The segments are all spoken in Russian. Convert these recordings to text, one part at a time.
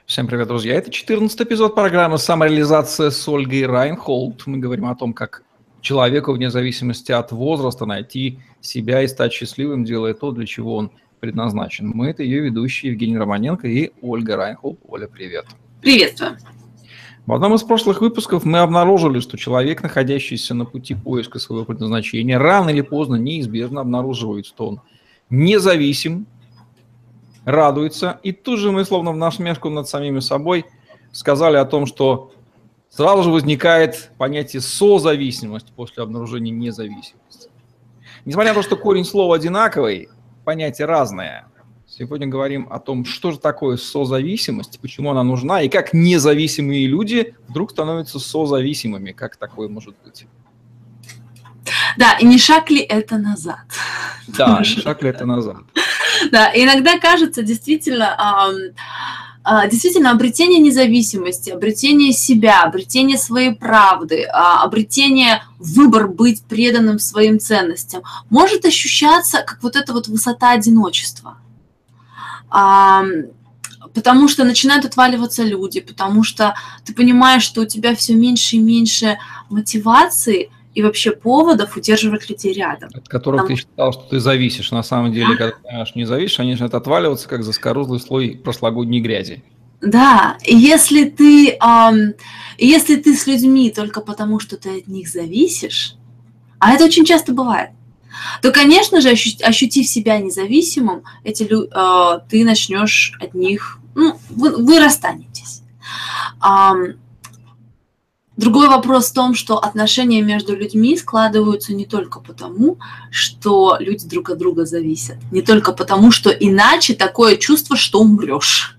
Всем привет, друзья. Это 14-й эпизод программы «Самореализация» с Ольгой Райнхолд. Мы говорим о том, как человеку, вне зависимости от возраста, найти себя и стать счастливым, делая то, для чего он предназначен. Мы – это ее ведущие Евгений Романенко и Ольга Райнхолд. Оля, привет. Приветствую. В одном из прошлых выпусков мы обнаружили, что человек, находящийся на пути поиска своего предназначения, рано или поздно неизбежно обнаруживает, что он независим, радуется. И тут же мы, словно в насмешку над самими собой, сказали о том, что сразу же возникает понятие созависимость после обнаружения независимости. Несмотря на то, что корень слова одинаковый, понятие разное. Сегодня говорим о том, что же такое созависимость, почему она нужна, и как независимые люди вдруг становятся созависимыми. Как такое может быть? Да, и не шаг ли это назад? Да, не шаг ли это назад? Да, иногда кажется действительно обретение независимости, обретение себя, обретение своей правды, обретение выбор быть преданным своим ценностям может ощущаться как вот эта вот высота одиночества. Потому что начинают отваливаться люди, потому что ты понимаешь, что у тебя все меньше и меньше мотивации и вообще поводов удерживать людей рядом. От которых ты считал, что ты зависишь. На самом деле, когда ты понимаешь, не зависишь, они начинают отваливаться, как заскорузлый слой прошлогодней грязи. Да, и если ты с людьми только потому, что ты от них зависишь, а это очень часто бывает, то, конечно же, ощутив себя независимым, ты начнешь от них, вы расстанетесь. Другой вопрос в том, что отношения между людьми складываются не только потому, что люди друг от друга зависят, не только потому, что иначе такое чувство, что умрешь.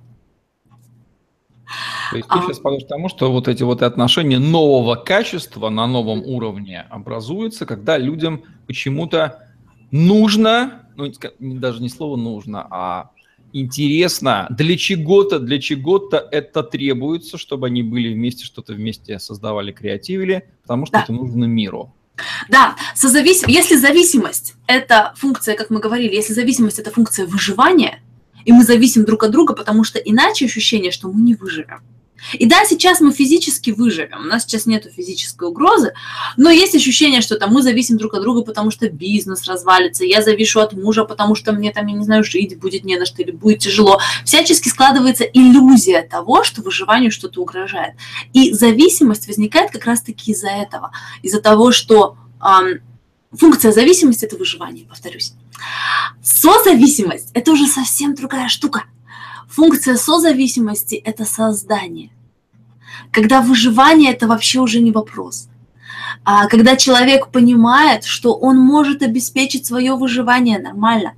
То есть ты сейчас подошел к тому, что вот эти вот отношения нового качества на новом уровне образуются, когда людям почему-то нужно, даже не слово нужно, а интересно, для чего-то это требуется, чтобы они были вместе, что-то вместе создавали, креативили, потому что это нужно миру. Да, если зависимость – это функция, как мы говорили, если зависимость – это функция выживания, и мы зависим друг от друга, потому что иначе ощущение, что мы не выживем. И да, сейчас мы физически выживем, у нас сейчас нет физической угрозы, но есть ощущение, что мы зависим друг от друга, потому что бизнес развалится, я завишу от мужа, потому что мне я не знаю, жить будет не на что или будет тяжело. Всячески складывается иллюзия того, что выживанию что-то угрожает. И зависимость возникает как раз-таки из-за этого, из-за того, что функция зависимости – это выживание, повторюсь. Созависимость – это уже совсем другая штука. Функция созависимости – это создание. Когда выживание – это вообще уже не вопрос. Когда человек понимает, что он может обеспечить свое выживание нормально.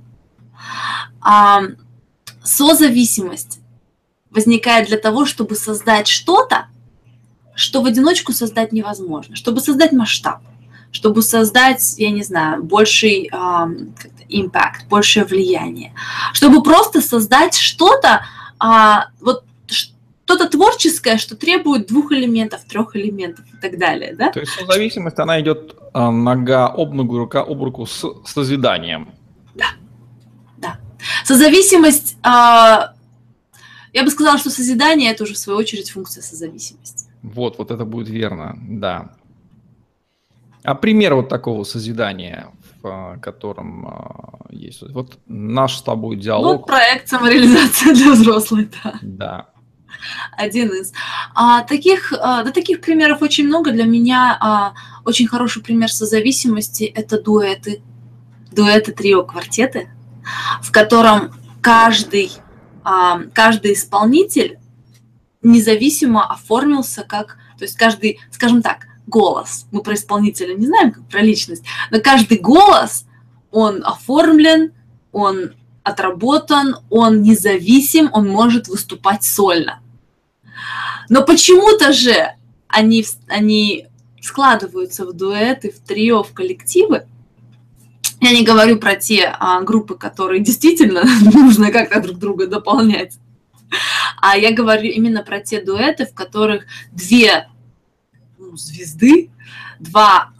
Созависимость возникает для того, чтобы создать что-то, что в одиночку создать невозможно, чтобы создать масштаб, чтобы создать, я не знаю, больший импакт, большее влияние, чтобы просто создать что-то, что-то творческое, что требует 2 элементов, 3 элементов и так далее. Да? То есть созависимость, она идет нога об ногу, рука об руку с созиданием. Да. Созависимость, я бы сказала, что созидание – это уже в свою очередь функция созависимости. Вот это будет верно, да. А пример вот такого созидания, в котором есть вот наш с тобой диалог. Вот проект «Самореализация для взрослых», да. Да. Один из. Таких примеров очень много. Для меня очень хороший пример созависимости – это дуэты. Дуэты, трио, квартеты, в котором каждый исполнитель независимо оформился как… То есть каждый, скажем так, голос. Мы про исполнителя не знаем, как про личность, но каждый голос, он оформлен, он отработан, он независим, он может выступать сольно. Но почему-то же они складываются в дуэты, в трио, в коллективы. Я не говорю про те группы, которые действительно нужно как-то друг друга дополнять. А я говорю именно про те дуэты, в которых 2 звезды, 2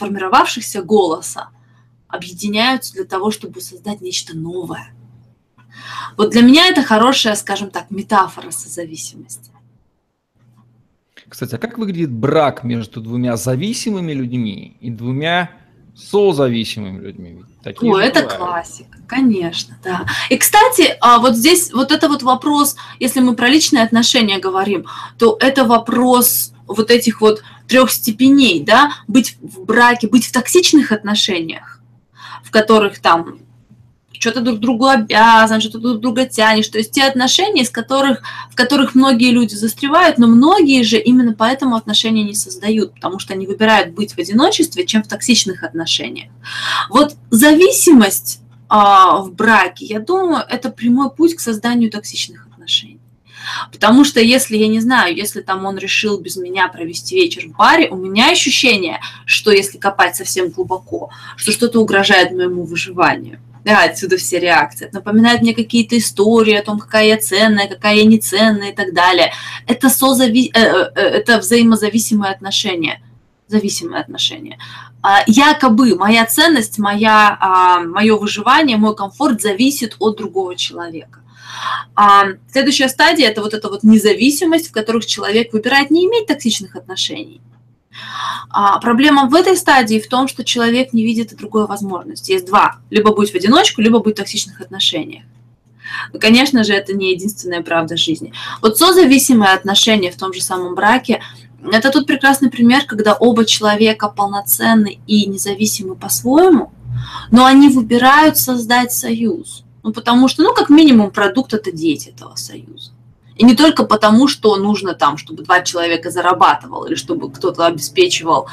сформировавшихся голоса объединяются для того, чтобы создать нечто новое. Вот для меня это хорошая, скажем так, метафора созависимости. Кстати, а как выглядит брак между двумя зависимыми людьми и двумя созависимыми людьми? Такие О, же это бывают. классика, конечно, да. И, кстати, вот здесь вот это вот вопрос, если мы про личные отношения говорим, то это вопрос вот этих вот 3 степеней, да, быть в браке, быть в токсичных отношениях, в которых там что-то друг другу обязан, что-то друг друга тянешь. То есть те отношения, в которых многие люди застревают, но многие же именно поэтому отношения не создают, потому что они выбирают быть в одиночестве, чем в токсичных отношениях. Вот зависимость в браке, я думаю, это прямой путь к созданию токсичных отношений. Потому что если, я не знаю, если там он решил без меня провести вечер в баре, у меня ощущение, что если копать совсем глубоко, что что-то угрожает моему выживанию. Да, отсюда все реакции. Это напоминает мне какие-то истории о том, какая я ценная, какая я не ценная и так далее. Это, это взаимозависимые отношения. Зависимые отношения. Якобы моя ценность, мое выживание, мой комфорт зависит от другого человека. Следующая стадия – это вот эта вот независимость, в которых человек выбирает не иметь токсичных отношений. Проблема в этой стадии в том, что человек не видит и другой возможности. Есть два. Либо быть в одиночку, либо быть в токсичных отношениях. Но, конечно же, это не единственная правда жизни. Вот созависимые отношения в том же самом браке – это тот прекрасный пример, когда оба человека полноценны и независимы по-своему, но они выбирают создать союз. Ну, потому что, как минимум, продукт – это дети этого союза. И не только потому, что нужно там, чтобы 2 человека зарабатывал или чтобы кто-то обеспечивал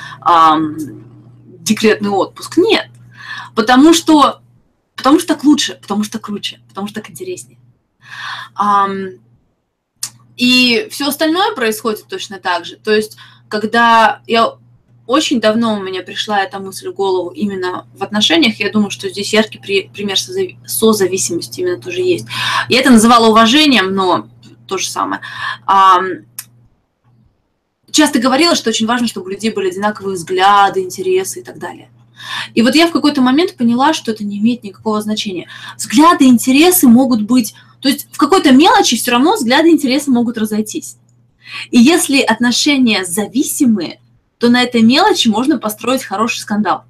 декретный отпуск. Нет. Потому что так лучше, потому что круче, потому что так интереснее. И все остальное происходит точно так же. То есть, когда очень давно у меня пришла эта мысль в голову именно в отношениях, я думаю, что здесь яркий пример созависимости именно тоже есть. Я это называла уважением, но то же самое. Часто говорила, что очень важно, чтобы у людей были одинаковые взгляды, интересы и так далее. И вот я в какой-то момент поняла, что это не имеет никакого значения. Взгляды, интересы могут быть... То есть в какой-то мелочи все равно взгляды и интересы могут разойтись. И если отношения зависимые, то на этой мелочи можно построить хороший скандал.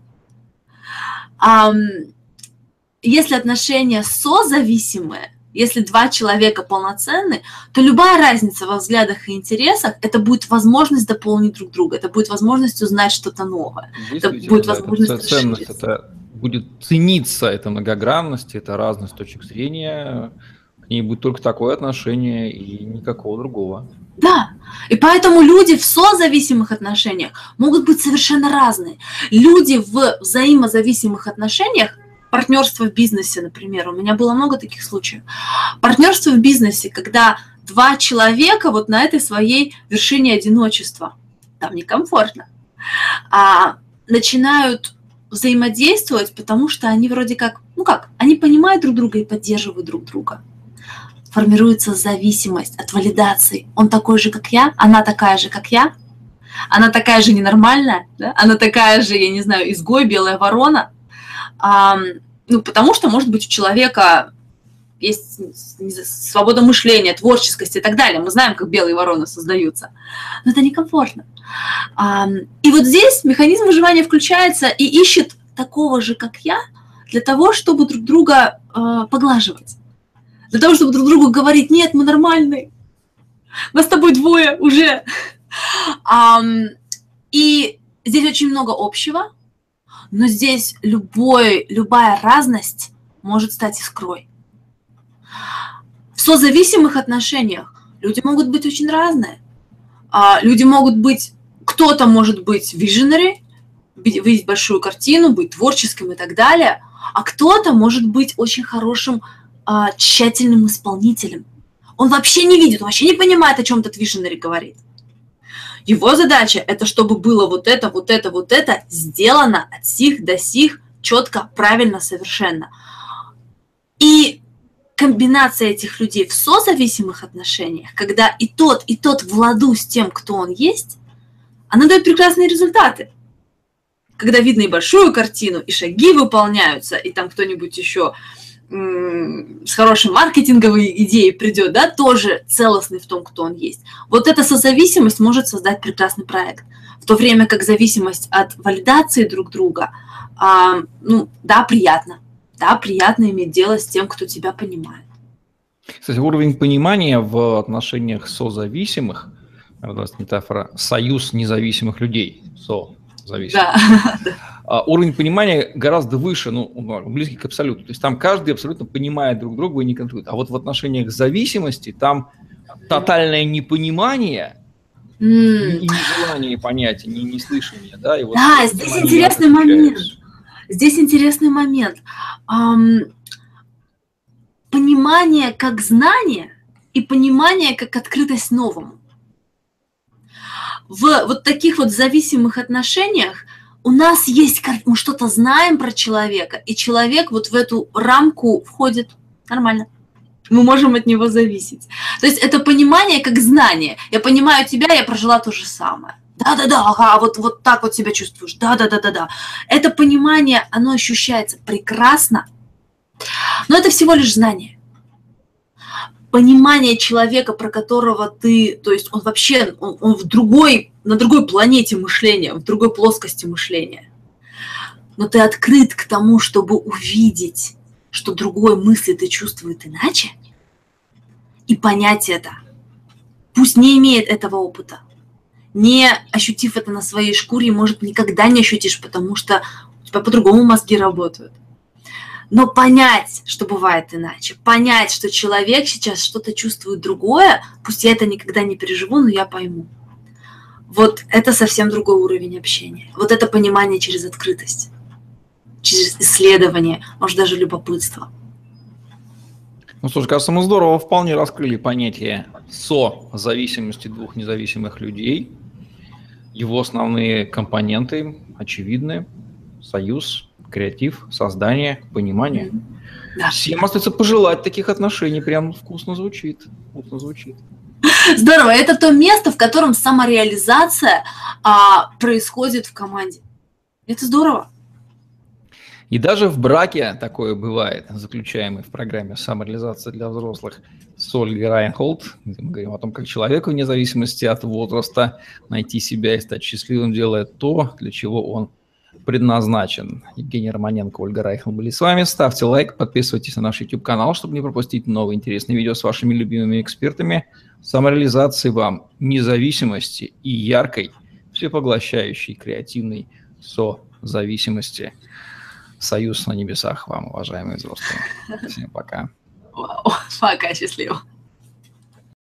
Если отношения созависимые, если 2 человека полноценны, то любая разница во взглядах и интересах – это будет возможность дополнить друг друга, это будет возможность узнать что-то новое, это будет возможность расшириться. Это будет цениться, эта многогранность, это разность точек зрения, к ней будет только такое отношение и никакого другого. Да, и поэтому люди в созависимых отношениях могут быть совершенно разные. Люди в взаимозависимых отношениях, партнерство в бизнесе, например, у меня было много таких случаев. Партнерство в бизнесе, когда 2 человека вот на этой своей вершине одиночества, там некомфортно, начинают взаимодействовать, потому что они вроде как, они понимают друг друга и поддерживают друг друга. Формируется зависимость от валидации. Он такой же, как я, она такая же, как я, она такая же ненормальная, да? Она такая же, я не знаю, изгой, белая ворона. Потому что, может быть, у человека есть свобода мышления, творческость и так далее. Мы знаем, как белые вороны создаются. Но это некомфортно. И вот здесь механизм выживания включается и ищет такого же, как я, для того, чтобы друг друга поглаживать. Для того, чтобы друг другу говорить: нет, мы нормальные, нас с тобой 2 уже. И здесь очень много общего, но здесь любая разность может стать искрой. В созависимых отношениях люди могут быть очень разные. Люди могут быть, кто-то может быть visionary, видеть большую картину, быть творческим и так далее, а кто-то может быть очень хорошим, тщательным исполнителем. Он вообще не видит, он вообще не понимает, о чем этот visionary говорит. Его задача – это чтобы было вот это сделано от сих до сих, четко, правильно, совершенно. И комбинация этих людей в созависимых отношениях, когда и тот в ладу с тем, кто он есть, она дает прекрасные результаты. Когда видно и большую картину, и шаги выполняются, и там кто-нибудь еще с хорошей маркетинговой идеей придет, да, тоже целостный в том, кто он есть. Вот эта созависимость может создать прекрасный проект. В то время как зависимость от валидации друг друга, ну, да, приятно. Да, приятно иметь дело с тем, кто тебя понимает. Кстати, уровень понимания в отношениях созависимых, метафора, союз независимых людей, созависимых. Да. Уровень понимания гораздо выше, ну, близкий к абсолюту. То есть там каждый абсолютно понимает друг друга и не контролирует. А вот в отношениях зависимости там тотальное непонимание и нежелание понять, неслышание. Да, и вот да, здесь интересный момент. Здесь интересный момент. Понимание как знание и понимание как открытость новому. В вот таких вот зависимых отношениях у нас есть, мы что-то знаем про человека, и человек вот в эту рамку входит нормально. Мы можем от него зависеть. То есть это понимание как знание. Я понимаю тебя, я прожила то же самое. Да-да-да, ага, вот так вот себя чувствуешь. Да-да-да-да-да. Это понимание, оно ощущается прекрасно, но это всего лишь знание. Понимание человека, про которого ты, то есть он вообще, он на другой планете мышления, в другой плоскости мышления. Но ты открыт к тому, чтобы увидеть, что другой мыслит и чувствует иначе, и понять это. Пусть не имеет этого опыта. Не ощутив это на своей шкуре, может, никогда не ощутишь, потому что у тебя по-другому мозги работают. Но понять, что бывает иначе, понять, что человек сейчас что-то чувствует другое, пусть я это никогда не переживу, но я пойму. Вот это совсем другой уровень общения. Вот это понимание через открытость, через исследование, может, даже любопытство. Ну, слушай, кажется, мы здорово вполне раскрыли понятие созависимости двух независимых людей. Его основные компоненты очевидны. Союз, креатив, создание, понимание. Да. Всем остается пожелать таких отношений. Прям вкусно звучит. Вкусно звучит. Здорово. Это то место, в котором самореализация происходит в команде. Это здорово. И даже в браке такое бывает, заключаемый в программе «Самореализация для взрослых» с Ольгой Райнхолд, где мы говорим о том, как человеку вне зависимости от возраста найти себя и стать счастливым, делая то, для чего он предназначен. Евгений Романенко, Ольга Райнхолд были с вами. Ставьте лайк, подписывайтесь на наш YouTube-канал, чтобы не пропустить новые интересные видео с вашими любимыми экспертами. Самореализации вам, независимости и яркой, всепоглощающей, креативной созависимости. Союз на небесах вам, уважаемые взрослые. Всем пока. Вау, пока, счастливо.